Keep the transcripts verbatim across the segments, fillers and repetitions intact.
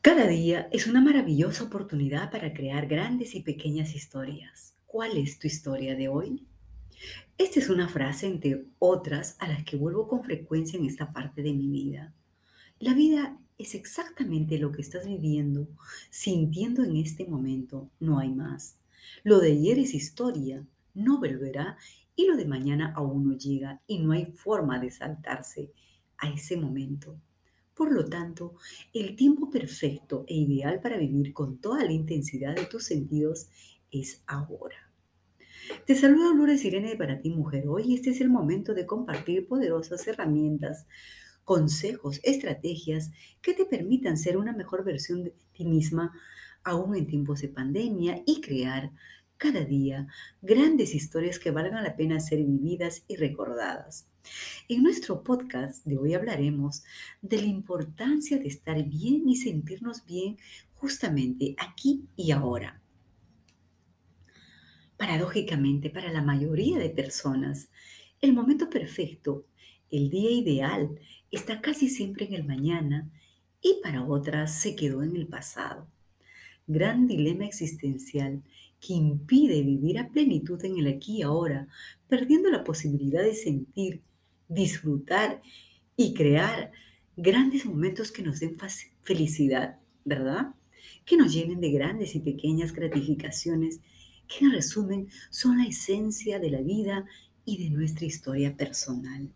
Cada día es una maravillosa oportunidad para crear grandes y pequeñas historias. ¿Cuál es tu historia de hoy? Esta es una frase entre otras a las que vuelvo con frecuencia en esta parte de mi vida. La vida es exactamente lo que estás viviendo, sintiendo en este momento, no hay más. Lo de ayer es historia, no volverá, y lo de mañana aún no llega y no hay forma de saltarse a ese momento. Por lo tanto, el tiempo perfecto e ideal para vivir con toda la intensidad de tus sentidos es ahora. Te saluda Lourdes Irene de Para Ti Mujer. Hoy este es el momento de compartir poderosas herramientas, consejos, estrategias que te permitan ser una mejor versión de ti misma aún en tiempos de pandemia y crear cada día grandes historias que valgan la pena ser vividas y recordadas. En nuestro podcast de hoy hablaremos de la importancia de estar bien y sentirnos bien justamente aquí y ahora. Paradójicamente, para la mayoría de personas, el momento perfecto, el día ideal, está casi siempre en el mañana y para otras se quedó en el pasado. Gran dilema existencial que impide vivir a plenitud en el aquí y ahora, perdiendo la posibilidad de sentir, disfrutar y crear grandes momentos que nos den fac- felicidad, ¿verdad? Que nos llenen de grandes y pequeñas gratificaciones que en resumen son la esencia de la vida y de nuestra historia personal.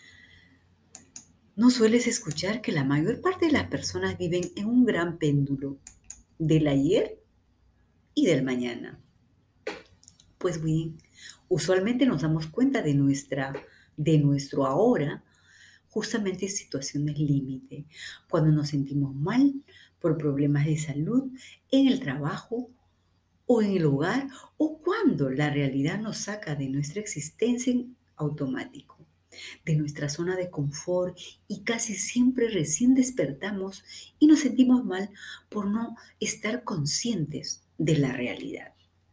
No sueles escuchar que la mayor parte de las personas viven en un gran péndulo del ayer y del mañana. Pues bien, usualmente nos damos cuenta de nuestra de nuestro ahora justamente en situaciones límite, cuando nos sentimos mal por problemas de salud, en el trabajo o en el hogar, o cuando la realidad nos saca de nuestra existencia en automático, de nuestra zona de confort y casi siempre recién despertamos y nos sentimos mal por no estar conscientes de la realidad.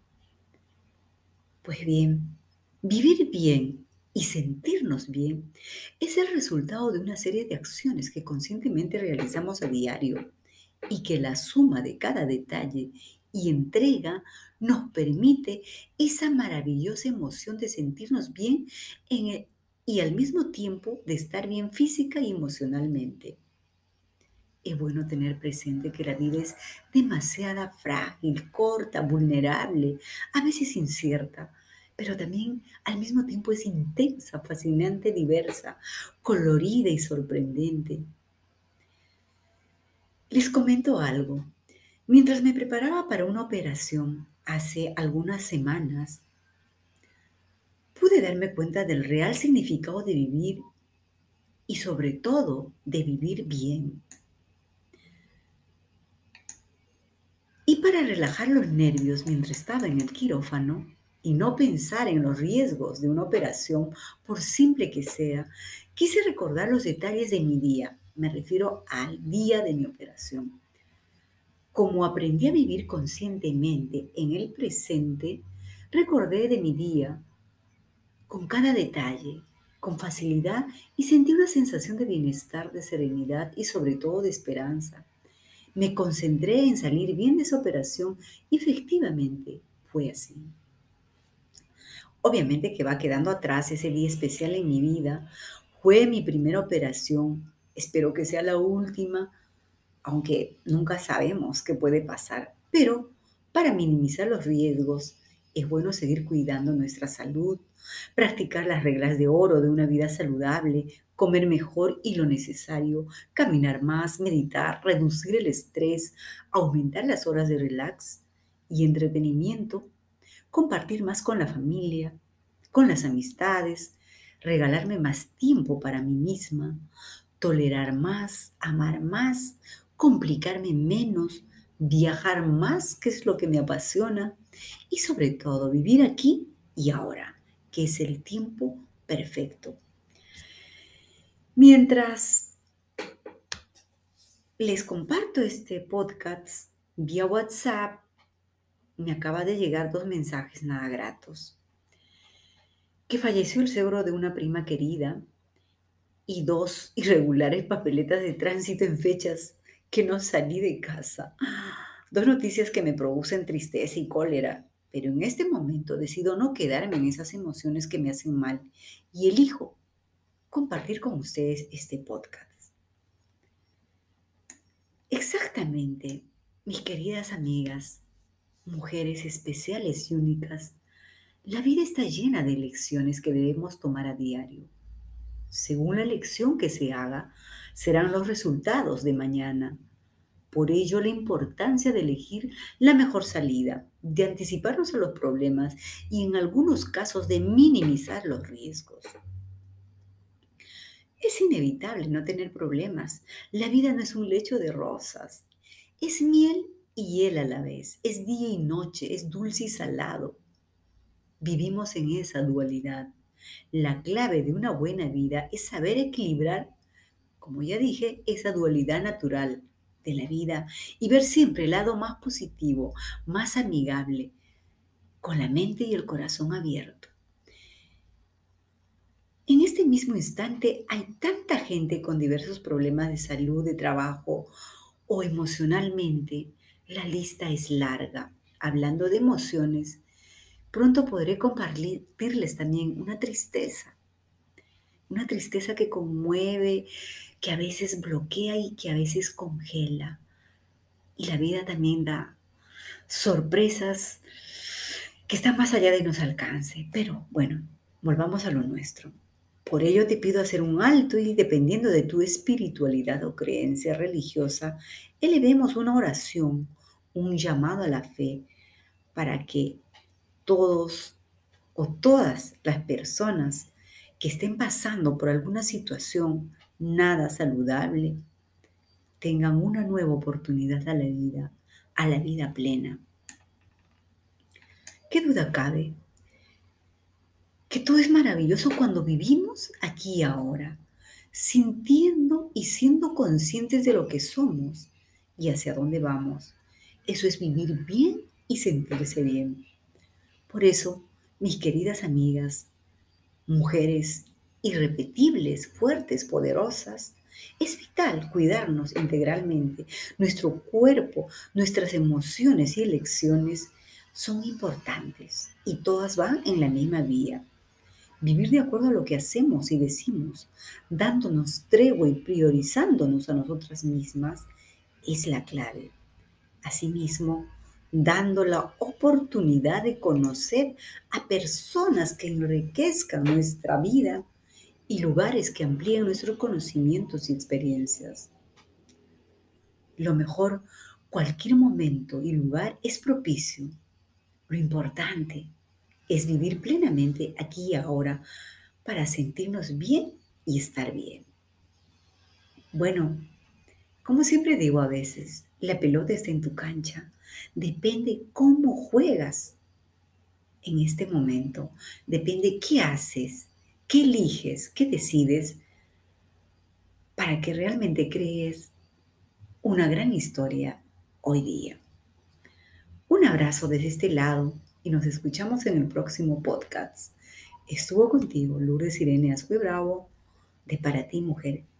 Pues bien, vivir bien y sentirnos bien es el resultado de una serie de acciones que conscientemente realizamos a diario y que la suma de cada detalle y entrega nos permite esa maravillosa emoción de sentirnos bien en el- y al mismo tiempo de estar bien física y emocionalmente. Es bueno tener presente que la vida es demasiada frágil, corta, vulnerable, a veces incierta, pero también al mismo tiempo es intensa, fascinante, diversa, colorida y sorprendente. Les comento algo. Mientras me preparaba para una operación hace algunas semanas, pude darme cuenta del real significado de vivir y sobre todo de vivir bien. Y para relajar los nervios mientras estaba en el quirófano y no pensar en los riesgos de una operación, por simple que sea, quise recordar los detalles de mi día. Me refiero al día de mi operación. Como aprendí a vivir conscientemente en el presente, recordé de mi día con cada detalle, con facilidad y sentí una sensación de bienestar, de serenidad y sobre todo de esperanza. Me concentré en salir bien de esa operación y efectivamente fue así. Obviamente que va quedando atrás ese día especial en mi vida. Fue mi primera operación. Espero que sea la última, aunque nunca sabemos qué puede pasar. Pero para minimizar los riesgos, es bueno seguir cuidando nuestra salud, practicar las reglas de oro de una vida saludable, comer mejor y lo necesario, caminar más, meditar, reducir el estrés, aumentar las horas de relax y entretenimiento, compartir más con la familia, con las amistades, regalarme más tiempo para mí misma, tolerar más, amar más, complicarme menos, viajar más, que es lo que me apasiona, y sobre todo vivir aquí y ahora, que es el tiempo perfecto. Mientras les comparto este podcast vía WhatsApp, me acaba de llegar dos mensajes nada gratos. Que falleció el suegro de una prima querida y dos irregulares papeletas de tránsito en fechas que no salí de casa. Dos noticias que me producen tristeza y cólera, pero en este momento decido no quedarme en esas emociones que me hacen mal y elijo compartir con ustedes este podcast. Exactamente, mis queridas amigas, mujeres especiales y únicas, la vida está llena de lecciones que debemos tomar a diario. Según la elección que se haga, serán los resultados de mañana. Por ello, la importancia de elegir la mejor salida, de anticiparnos a los problemas y en algunos casos de minimizar los riesgos. Es inevitable no tener problemas. La vida no es un lecho de rosas. Es miel y hiel a la vez. Es día y noche. Es dulce y salado. Vivimos en esa dualidad. La clave de una buena vida es saber equilibrar, como ya dije, esa dualidad natural de la vida y ver siempre el lado más positivo, más amigable, con la mente y el corazón abierto. En este mismo instante hay tanta gente con diversos problemas de salud, de trabajo o emocionalmente. La lista es larga. Hablando de emociones, pronto podré compartirles también una tristeza. Una tristeza que conmueve, que a veces bloquea y que a veces congela. Y la vida también da sorpresas que están más allá de nuestro alcance. Pero bueno, volvamos a lo nuestro. Por ello te pido hacer un alto y dependiendo de tu espiritualidad o creencia religiosa, elevemos una oración, un llamado a la fe para que todos o todas las personas que estén pasando por alguna situación nada saludable tengan una nueva oportunidad a la vida, a la vida plena. ¿Qué duda cabe? Que todo es maravilloso cuando vivimos aquí y ahora, sintiendo y siendo conscientes de lo que somos y hacia dónde vamos. Eso es vivir bien y sentirse bien. Por eso, mis queridas amigas, mujeres irrepetibles, fuertes, poderosas, es vital cuidarnos integralmente. Nuestro cuerpo, nuestras emociones y elecciones son importantes y todas van en la misma vía. Vivir de acuerdo a lo que hacemos y decimos, dándonos tregua y priorizándonos a nosotras mismas, es la clave. Asimismo, dando la oportunidad de conocer a personas que enriquezcan nuestra vida y lugares que amplíen nuestros conocimientos y experiencias. Lo mejor, cualquier momento y lugar es propicio. Lo importante es vivir plenamente aquí y ahora para sentirnos bien y estar bien. Bueno, como siempre digo a veces, la pelota está en tu cancha. Depende cómo juegas en este momento. Depende qué haces, qué eliges, qué decides para que realmente crees una gran historia hoy día. Un abrazo desde este lado y nos escuchamos en el próximo podcast. Estuvo contigo Lourdes Irene Ascue Bravo de Para Ti Mujer